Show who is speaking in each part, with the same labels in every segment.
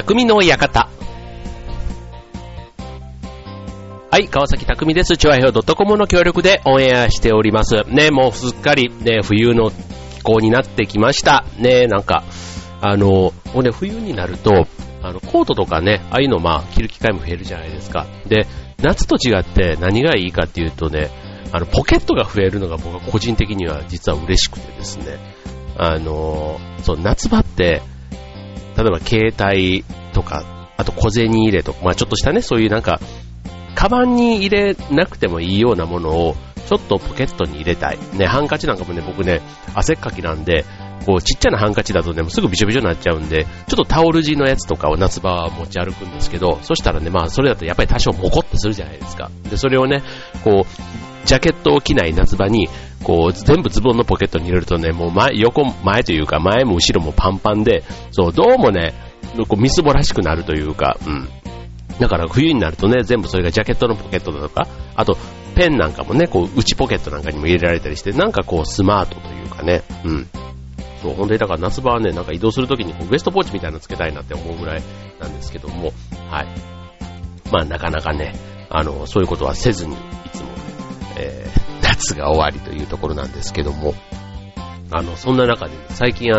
Speaker 1: 匠の館。はい、川崎匠です。チョアヘオ.comの協力でオンエアしております。ね、もうすっかりね、冬の気候になってきました。ね、なんか、もうね、冬になると、コートとかね、ああいうの着る機会も増えるじゃないですか。で、夏と違って何がいいかっていうとね、ポケットが増えるのが僕は個人的には実は嬉しくてですね、そう、夏場って、例えば携帯とか、あと小銭入れとか、ちょっとしたね、そういうなんか、カバンに入れなくてもいいようなものを、ちょっとポケットに入れたい。ね、ハンカチなんかもね、僕ね、汗っかきなんで、こう、ちっちゃなハンカチだとね、もうすぐびしょびしょになっちゃうんで、ちょっとタオル地のやつとかを夏場は持ち歩くんですけど、そしたらね、それだとやっぱり多少モコッとするじゃないですか。で、それをね、こう、ジャケットを着ない夏場に、こう、全部ズボンのポケットに入れるとね、もう横前というか、前も後ろもパンパンで、そう、どうもね、こう、みすぼらしくなるというか、うん。だから冬になるとね、全部それがジャケットのポケットだとか、あと、ペンなんかもね、こう、内ポケットなんかにも入れられたりして、なんかこう、スマートというかね、うん。そう、本当にだから夏場はね、なんか移動するときにこうウエストポーチみたいなのつけたいなって思うぐらいなんですけども、はい。なかなかね、そういうことはせずに、いつもね、夏が終わりというところなんですけども、そんな中で、ね、最近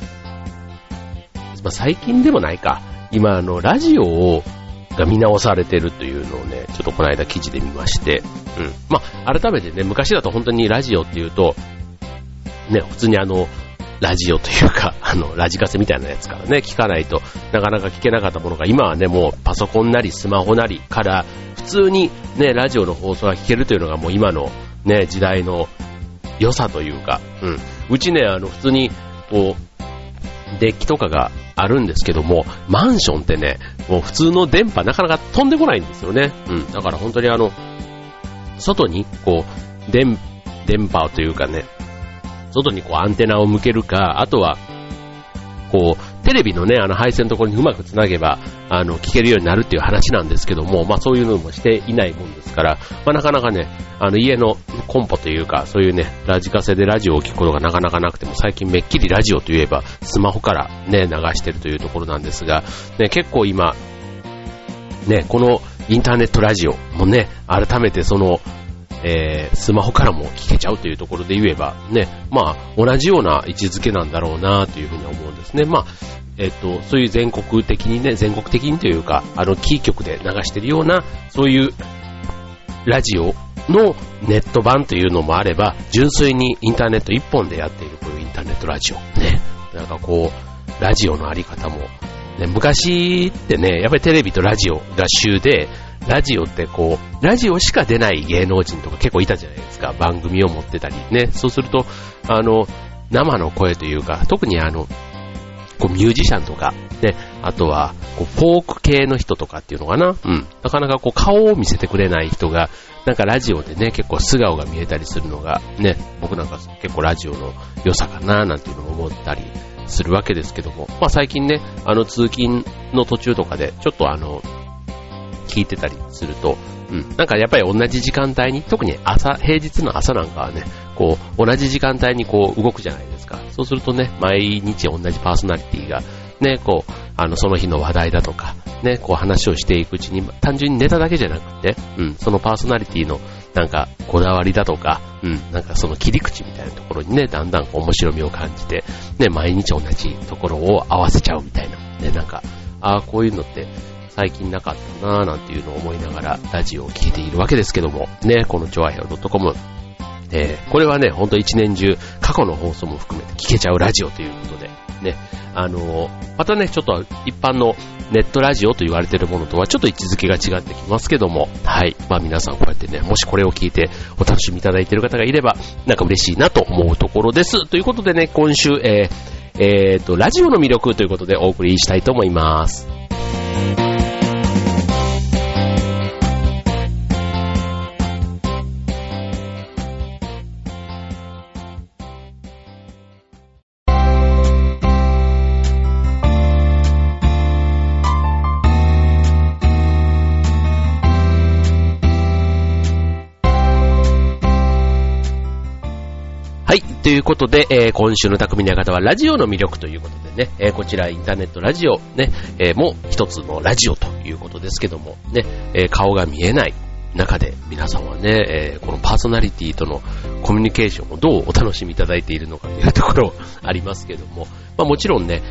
Speaker 1: 最近でもないか、今ラジオが見直されてるというのをね、ちょっとこの間記事で見まして、うん。改めてね、昔だと本当にラジオっていうと、ね、普通にラジオというか、ラジカセみたいなやつからね、聞かないとなかなか聞けなかったものが、今はね、もうパソコンなりスマホなりから普通にね、ラジオの放送が聞けるというのがもう今のね、時代の良さというか、うん。うちね、普通にこう、デッキとかがあるんですけども、マンションってね、もう普通の電波なかなか飛んでこないんですよね。うん。だから本当に外にこう、電波というかね、外にこうアンテナを向けるか、あとは、こう、テレビのね、配線のところにうまくつなげば、聞けるようになるっていう話なんですけども、そういうのもしていないもんですから、なかなかね、家のコンポというか、そういうね、ラジカセでラジオを聞くことがなかなかなくても、最近めっきりラジオといえば、スマホからね、流してるというところなんですが、ね、結構今、ね、このインターネットラジオもね、改めてスマホからも聞けちゃうというところで言えばね、同じような位置づけなんだろうなというふうに思うんですね。そういう全国的にというか、キー局で流しているような、そういうラジオのネット版というのもあれば、純粋にインターネット一本でやっているこういうインターネットラジオね、なんかこうラジオのあり方も、ね、昔ってね、やっぱりテレビとラジオが主で、ラジオってこう、ラジオしか出ない芸能人とか結構いたじゃないですか。番組を持ってたりね。そうすると、生の声というか、特にこうミュージシャンとか、ね、あとは、こう、フォーク系の人とかっていうのかな。うん。なかなかこう、顔を見せてくれない人が、なんかラジオでね、結構素顔が見えたりするのが、ね、僕なんか結構ラジオの良さかな、なんていうのも思ったりするわけですけども。最近ね、通勤の途中とかで、ちょっと聞いてたりすると、うん、なんかやっぱり同じ時間帯に、特に平日の朝なんかはね、こう、同じ時間帯にこう動くじゃないですか。そうするとね、毎日同じパーソナリティが、ね、こう、その日の話題だとか、ね、こう話をしていくうちに、単純にネタだけじゃなくて、うん、そのパーソナリティの、なんか、こだわりだとか、うん、なんかその切り口みたいなところにね、だんだん面白みを感じて、ね、毎日同じところを合わせちゃうみたいな、ね、なんか、こういうのって、最近なかったなぁなんていうのを思いながらラジオを聞いているわけですけどもね、このチョアヘオ.com、これはね、ほんと一年中過去の放送も含めて聞けちゃうラジオということでね、またね、ちょっと一般のネットラジオと言われているものとはちょっと位置づけが違ってきますけども、はい、皆さんこうやってね、もしこれを聞いてお楽しみいただいている方がいれば、なんか嬉しいなと思うところです。ということでね、今週、ラジオの魅力ということでお送りしたいと思います。 はい。ということで、今週の匠の館はラジオの魅力ということでね、こちらインターネットラジオね、もう一つのラジオということですけどもね、顔が見えない中で皆さんはね、このパーソナリティとのコミュニケーションをどうお楽しみいただいているのかというところありますけども、まあもちろんね、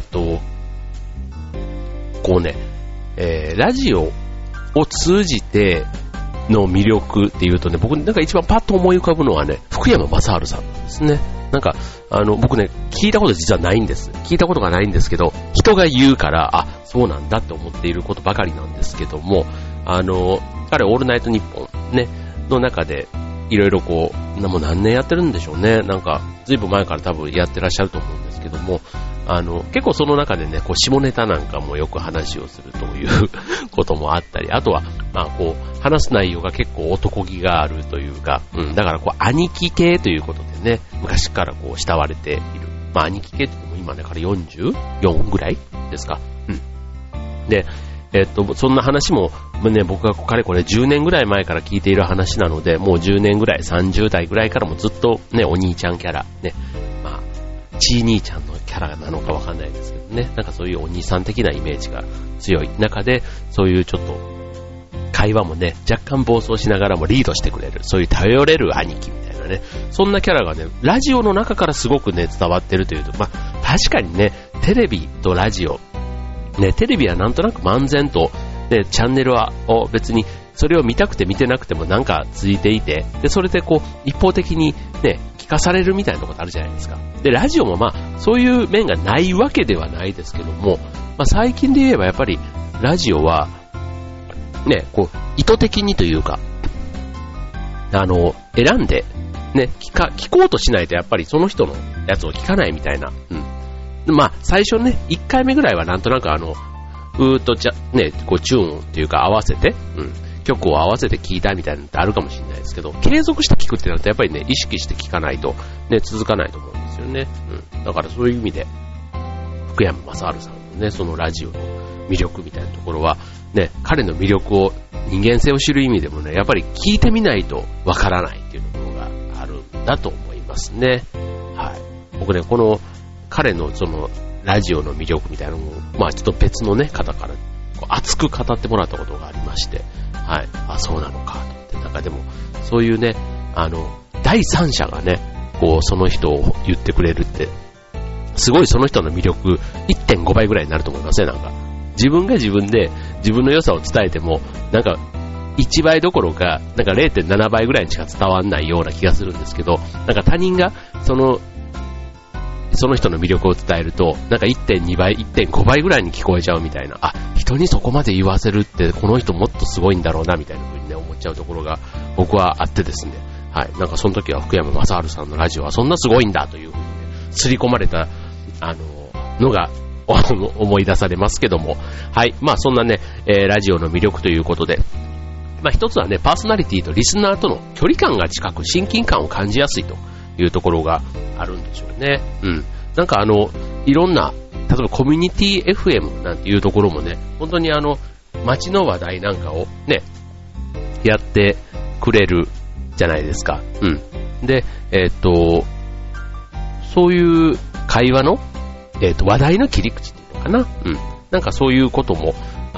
Speaker 1: こうね、ラジオを通じての魅力っていうとね、僕なんか一番パッと思い浮かぶのはね、福山雅治さんなんですね。なんか、僕ね、聞いたこと実はないんです。聞いたことがないんですけど、人が言うから、あ、そうなんだって思っていることばかりなんですけども、彼、オールナイトニッポンね、の中で、いろいろこう、もう何年やってるんでしょうね。なんか、ずいぶん前から多分やってらっしゃると思うんですけども、結構その中でね、こう、下ネタなんかもよく話をするということもあったり、あとは、まあこう、話す内容が結構男気があるというか、だからこう、兄貴系ということでね、昔からこう、慕われている。まあ兄貴系って言っても今ね、彼44ぐらいですか。で、そんな話も、ね、僕がかれこれ10年ぐらい前から聞いている話なので、もう10年ぐらい、30代ぐらいからもずっとね、お兄ちゃんキャラ、ね、まあ、ちい兄ちゃんのキャラなのかわかんないですけどね、なんかそういうお兄さん的なイメージが強い中で、そういうちょっと、会話もね、若干暴走しながらもリードしてくれる、そういう頼れる兄貴みたいなね、そんなキャラがね、ラジオの中からすごくね、伝わってるというと、まあ、確かにね、テレビとラジオ、ね、テレビはなんとなく漫然と、ね、チャンネルは別にそれを見たくて見てなくてもなんかついていて、でそれでこう一方的にね聞かされるみたいなことあるじゃないですか。でラジオもまあそういう面がないわけではないですけども、まあ、最近で言えばやっぱりラジオはねこう意図的にというか選んでね聞こうとしないとやっぱりその人のやつを聞かないみたいな。まあ、最初ね、1回目ぐらいはなんとなくね、こう、チューンっていうか合わせて、曲を合わせて聴いたみたいなのってあるかもしれないですけど、継続して聴くってなるとやっぱりね、意識して聴かないと、ね、続かないと思うんですよね。だからそういう意味で、福山雅治さんのね、そのラジオの魅力みたいなところは、ね、彼の魅力を、人間性を知る意味でもね、やっぱり聴いてみないとわからないっていうところがあるんだと思いますね。はい。僕ね、この、彼のそのラジオの魅力みたいなのを、まあちょっと別のね、方からこう熱く語ってもらったことがありまして、はい、あ、そうなのかと思って、なんかでも、そういうね、第三者がね、こう、その人を言ってくれるって、すごいその人の魅力 1.5 倍ぐらいになると思いますね、なんか。自分が自分で自分の良さを伝えても、なんか、1倍どころか、なんか 0.7 倍ぐらいにしか伝わんないような気がするんですけど、なんか他人が、その人の魅力を伝えると、なんか 1.2 倍、1.5 倍ぐらいに聞こえちゃうみたいな、あ、人にそこまで言わせるって、この人もっとすごいんだろうな、みたいな風にね、思っちゃうところが僕はあってですね。はい。なんかその時は福山雅治さんのラジオはそんなすごいんだという風にね、刷り込まれた、のが、思い出されますけども。はい。まあそんなね、ラジオの魅力ということで、まあ一つはね、パーソナリティとリスナーとの距離感が近く、親近感を感じやすいというところがあるんでしょうね。なんかいろんな、例えばコミュニティ FM なんていうところもね、本当に街の話題なんかをね、やってくれるじゃないですか。で、そういう会話の、話題の切り口っていうのかな。なんかそういうことも、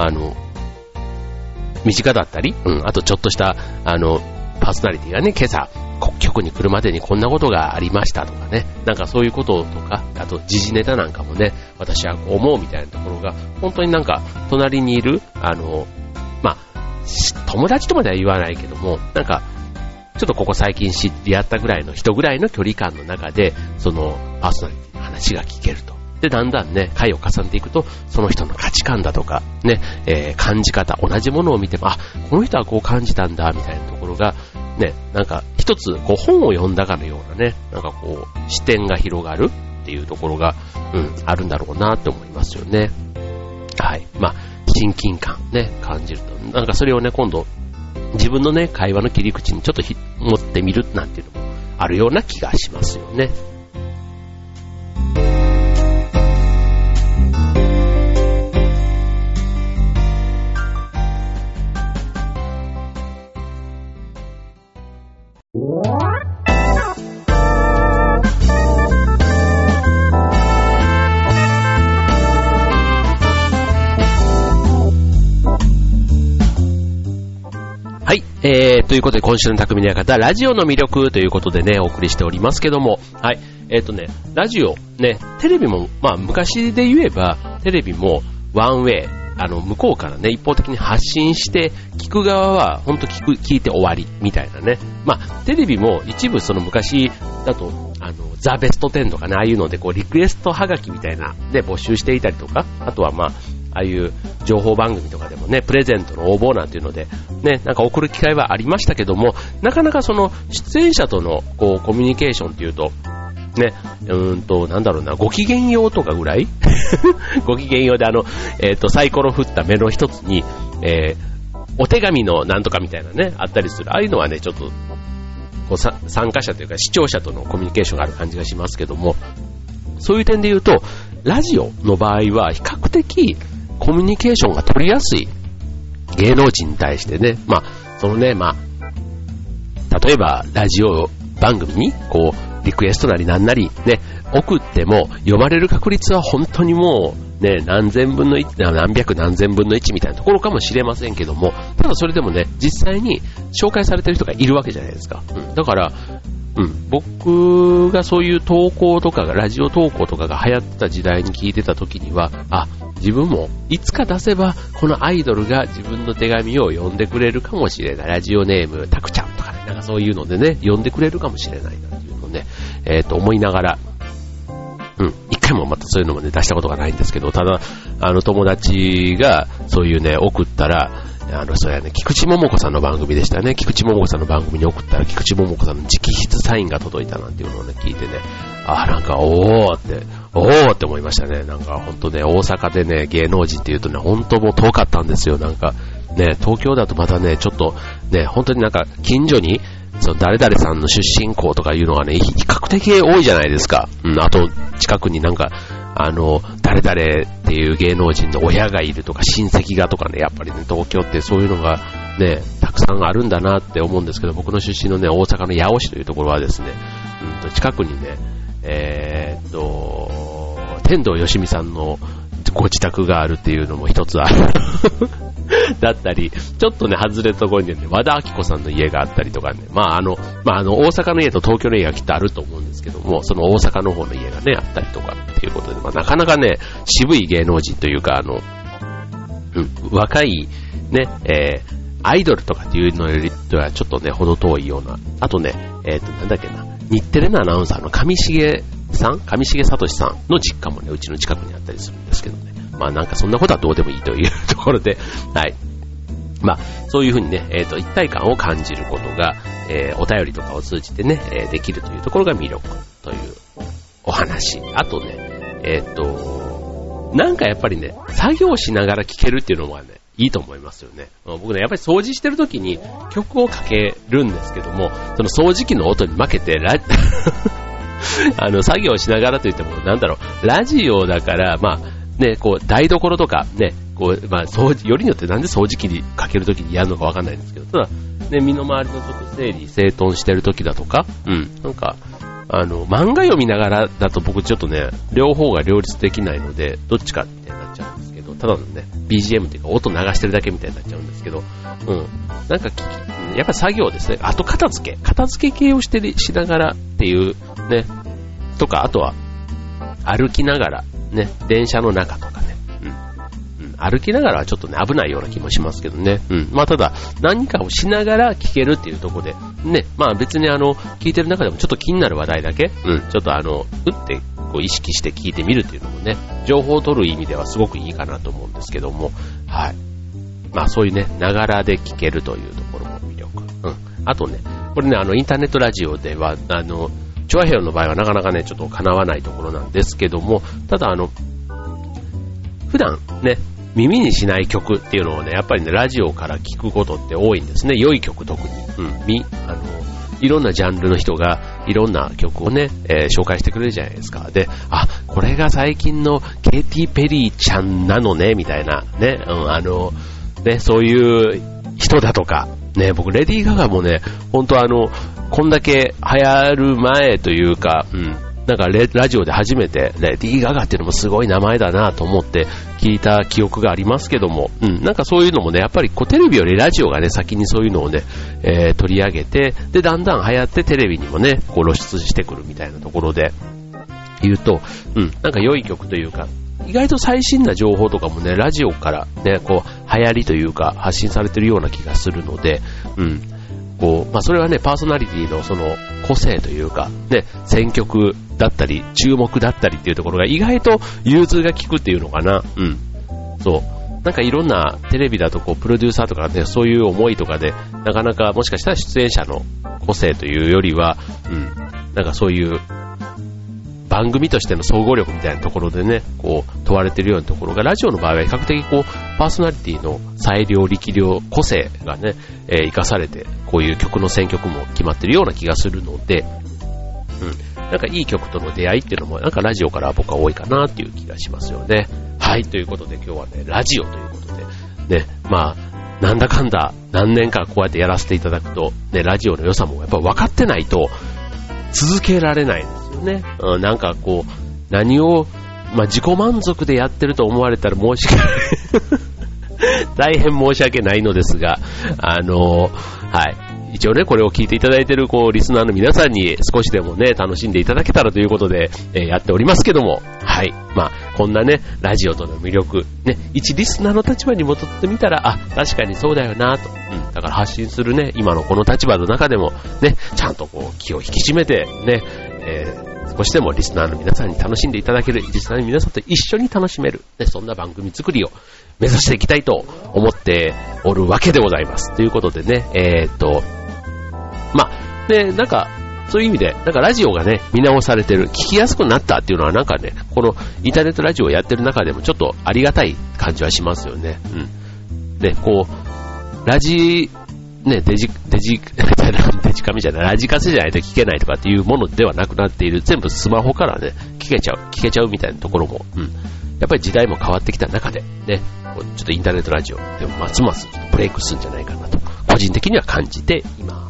Speaker 1: 身近だったり、あとちょっとした、パーソナリティがね、今朝、局に来るまでにこんなことがありましたとかね、なんかそういうこととか、あと時事ネタなんかもね、私はこう思うみたいなところが、本当になんか隣にいる、まあ、友達とまでは言わないけども、なんか、ちょっとここ最近知り合ったぐらいの人ぐらいの距離感の中で、そのパーソナリティの話が聞けると。で、だんだんね、回を重ねていくと、その人の価値観だとか、ね、感じ方、同じものを見ても、あ、この人はこう感じたんだ、みたいなところが、ね、なんか一つこう本を読んだかのようなね、なんかこう視点が広がるっていうところが、あるんだろうなって思いますよね。はい。まあ、親近感ね、感じると。なんかそれをね、今度、自分のね、会話の切り口にちょっと持ってみるなんていうのもあるような気がしますよね。 ということで今週の匠の館、ラジオの魅力ということでね、お送りしておりますけども、はい。ラジオ、ね、テレビも、まあ昔で言えば、テレビもワンウェイ、向こうからね、一方的に発信して、聞く側は本当聞いて終わり、みたいなね。まあ、テレビも一部その昔だと、ザ・ベスト10とかね、ああいうので、こう、リクエストはがきみたいな、で、募集していたりとか、あとはまあ、ああいう情報番組とかでもね、プレゼントの応募なんていうので、ね、なんか送る機会はありましたけども、なかなかその、出演者との、こう、コミュニケーションっていうと、ね、なんだろうな、ご機嫌ようとかぐらいご機嫌ようでサイコロ振った目の一つに、お手紙のなんとかみたいなね、あったりする。ああいうのはね、ちょっと、こう参加者というか視聴者とのコミュニケーションがある感じがしますけども、そういう点で言うと、ラジオの場合は比較的コミュニケーションが取りやすい芸能人に対してね、まあ、そのね、まあ、例えばラジオ番組に、こう、リクエストなりなんなりね、送っても読まれる確率は本当にもうね、何千分の1、何百何千分の1みたいなところかもしれませんけども、ただそれでもね、実際に紹介されてる人がいるわけじゃないですか。だから、僕がそういう投稿とかが、ラジオ投稿とかが流行ってた時代に聞いてた時には、自分もいつか出せばこのアイドルが自分の手紙を読んでくれるかもしれない。ラジオネームタクちゃんとかね、なんかそういうのでね、読んでくれるかもしれないなっていうのをね、思いながら、一回もまたそういうのもね、出したことがないんですけど、ただ、友達がそういうね、送ったら、そうやね、菊池桃子さんの番組でしたね。菊池桃子さんの番組に送ったら、菊池桃子さんの直筆サインが届いたなんていうのをね、聞いてね、なんか、おーって思いましたね。なんか、ほんとね、大阪でね、芸能人っていうとね、ほんともう遠かったんですよ。なんか、ね、東京だとまたね、ちょっと、ね、ほんとになんか、近所に、その誰々さんの出身校とかいうのがね、比較的多いじゃないですか。あと、近くになんか、誰々っていう芸能人の親がいるとか親戚がとかね、やっぱりね、東京ってそういうのがね、たくさんあるんだなって思うんですけど、僕の出身のね、大阪の八尾市というところはですね、近くにね、天童よしみさんのご自宅があるっていうのも一つあるだったり、ちょっとね、外れたところにね、和田アキ子さんの家があったりとかね、大阪の家と東京の家がきっとあると思うんですけども、その大阪の方の家がね、あったりとかっていうことで、なかなかね、渋い芸能人というか、若いね、アイドルとかっていうのよりはちょっとね、ほど遠いような、あとね、なんだっけな、日テレのアナウンサーの上重聡さんの実家もね、うちの近くにあったりするんですけどね。なんかそんなことはどうでもいいというところで、はい。そういうふうにね、一体感を感じることが、お便りとかを通じてね、できるというところが魅力というお話。あとね、なんかやっぱりね、作業しながら聴けるっていうのはね、いいと思いますよね。僕ね、やっぱり掃除してる時に曲をかけるんですけども、その掃除機の音に負けて、作業しながらといっても、なんだろう、ラジオだから、ね、こう、台所とか、ね、こう、掃除、よりによってなんで掃除機にかけるときにやるのかわかんないんですけど、ただ、ね、身の回りのちょっと整理整頓してるときだとか、なんか、漫画読みながらだと僕ちょっとね、両方が両立できないので、どっちかってなっちゃうんですけど、ただのね、BGM っていうか音流してるだけみたいになっちゃうんですけど、なんか、やっぱ作業ですね。あと片付け系をしながらっていう、ね、とか、あとは、歩きながら、ね、電車の中とかね、歩きながらはちょっとね、危ないような気もしますけどね、ただ、何かをしながら聞けるっていうところで、ね、別に聞いてる中でもちょっと気になる話題だけ、ちょっとってこう意識して聞いてみるっていうのもね、情報を取る意味ではすごくいいかなと思うんですけども、はい。そういうね、ながらで聞けるというところも魅力。あとね、これね、インターネットラジオでは、チョアヘヨの場合はなかなかね、ちょっと叶わないところなんですけども、ただ普段ね、耳にしない曲っていうのをね、やっぱりね、ラジオから聞くことって多いんですね。良い曲特に。いろんなジャンルの人がいろんな曲をね、紹介してくれるじゃないですか。で、これが最近のケイティ・ペリーちゃんなのね、みたいな、ね、ね、そういう人だとか、ね、僕、レディー・ガガもね、本当こんだけ流行る前というか、 なんかラジオで初めてレディー・ガガっていうのもすごい名前だなと思って聞いた記憶がありますけども、なんかそういうのもね、やっぱりこうテレビよりラジオがね、先にそういうのをね、取り上げて、で、だんだん流行ってテレビにもね、こう露出してくるみたいなところで言うと、なんか良い曲というか、意外と最新な情報とかもね、ラジオからね、こう流行りというか発信されてるような気がするので、こう、それはね、パーソナリティのその個性というか、ね、選曲だったり、注目だったりっていうところが意外と融通が利くっていうのかな。そう。なんかいろんなテレビだとこう、プロデューサーとかね、そういう思いとかで、なかなかもしかしたら出演者の個性というよりは、なんかそういう番組としての総合力みたいなところでね、こう、問われてるようなところが、ラジオの場合は比較的こう、パーソナリティの裁量、力量、個性がね、生かされて、こういう曲の選曲も決まってるような気がするので、なんかいい曲との出会いっていうのも、なんかラジオから僕は多いかなっていう気がしますよね。はい、ということで今日はね、ラジオということで、ね、なんだかんだ何年かこうやってやらせていただくと、ね、ラジオの良さもやっぱ分かってないと続けられないんですよね。なんかこう、何を、自己満足でやってると思われたら申し訳ない。大変申し訳ないのですが、はい。一応ね、これを聞いていただいている、こう、リスナーの皆さんに少しでもね、楽しんでいただけたらということで、やっておりますけども、はい。こんなね、ラジオとの魅力、ね、一リスナーの立場に戻ってみたら、確かにそうだよなと。だから発信するね、今のこの立場の中でも、ね、ちゃんとこう、気を引き締めて、ね、少しでもリスナーの皆さんに楽しんでいただける、リスナーの皆さんと一緒に楽しめる、ね、そんな番組作りを目指していきたいと思っておるわけでございます。ということでね、で、なんか、そういう意味で、なんかラジオがね、見直されてる、聞きやすくなったっていうのはなんかね、このインターネットラジオをやってる中でもちょっとありがたい感じはしますよね。で、こう、デジカメじゃない、ラジカセじゃないと聞けないとかっていうものではなくなっている、全部スマホからね、聞けちゃうみたいなところも、やっぱり時代も変わってきた中で、ね、ちょっとインターネットラジオでもますますブレイクするんじゃないかなと、個人的には感じています。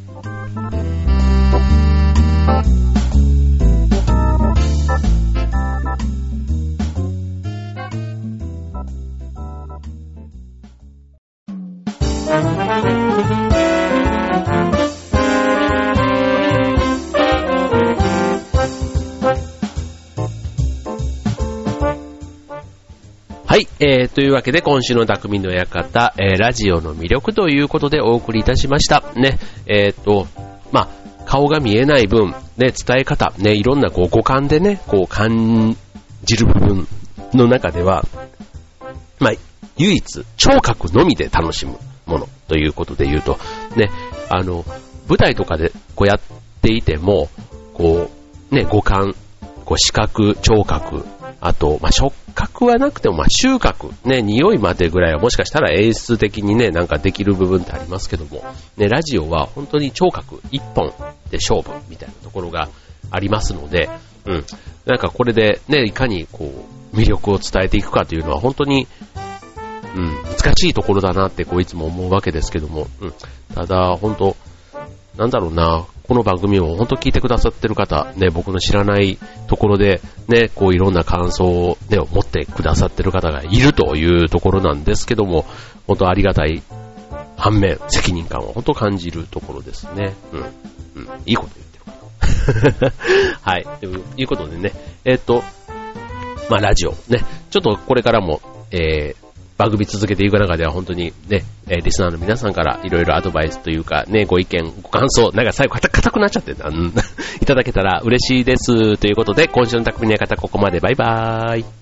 Speaker 1: はい、というわけで今週の匠の館、ラジオの魅力ということでお送りいたしましたね。顔が見えない分、ね、伝え方、ね、いろんなこう五感でね、こう感じる部分の中では、唯一聴覚のみで楽しむものということで言うと、ね、舞台とかでこうやっていても、こうね、五感、こう視覚、聴覚、あと、触覚はなくても、収穫、ね、匂いまでぐらいはもしかしたら演出的にね、なんかできる部分ってありますけども、ね、ラジオは本当に聴覚一本で勝負みたいなところがありますので、なんかこれでね、いかにこう、魅力を伝えていくかというのは本当に、難しいところだなってこういつも思うわけですけども、ただ本当、なんだろうな、この番組を本当聞いてくださってる方、ね、僕の知らないところで、ね、こういろんな感想を、ね、持ってくださってる方がいるというところなんですけども、本当ありがたい反面、責任感を本当感じるところですね。いいこと言ってるかな。はい、ということでね、ラジオ、ね、ちょっとこれからも、番組続けていく中では本当にね、リスナーの皆さんからいろいろアドバイスというかね、ご意見、ご感想、なんか最後硬くなっちゃっていただけたら嬉しいです。ということで、今週の匠の館ここまで。バイバーイ。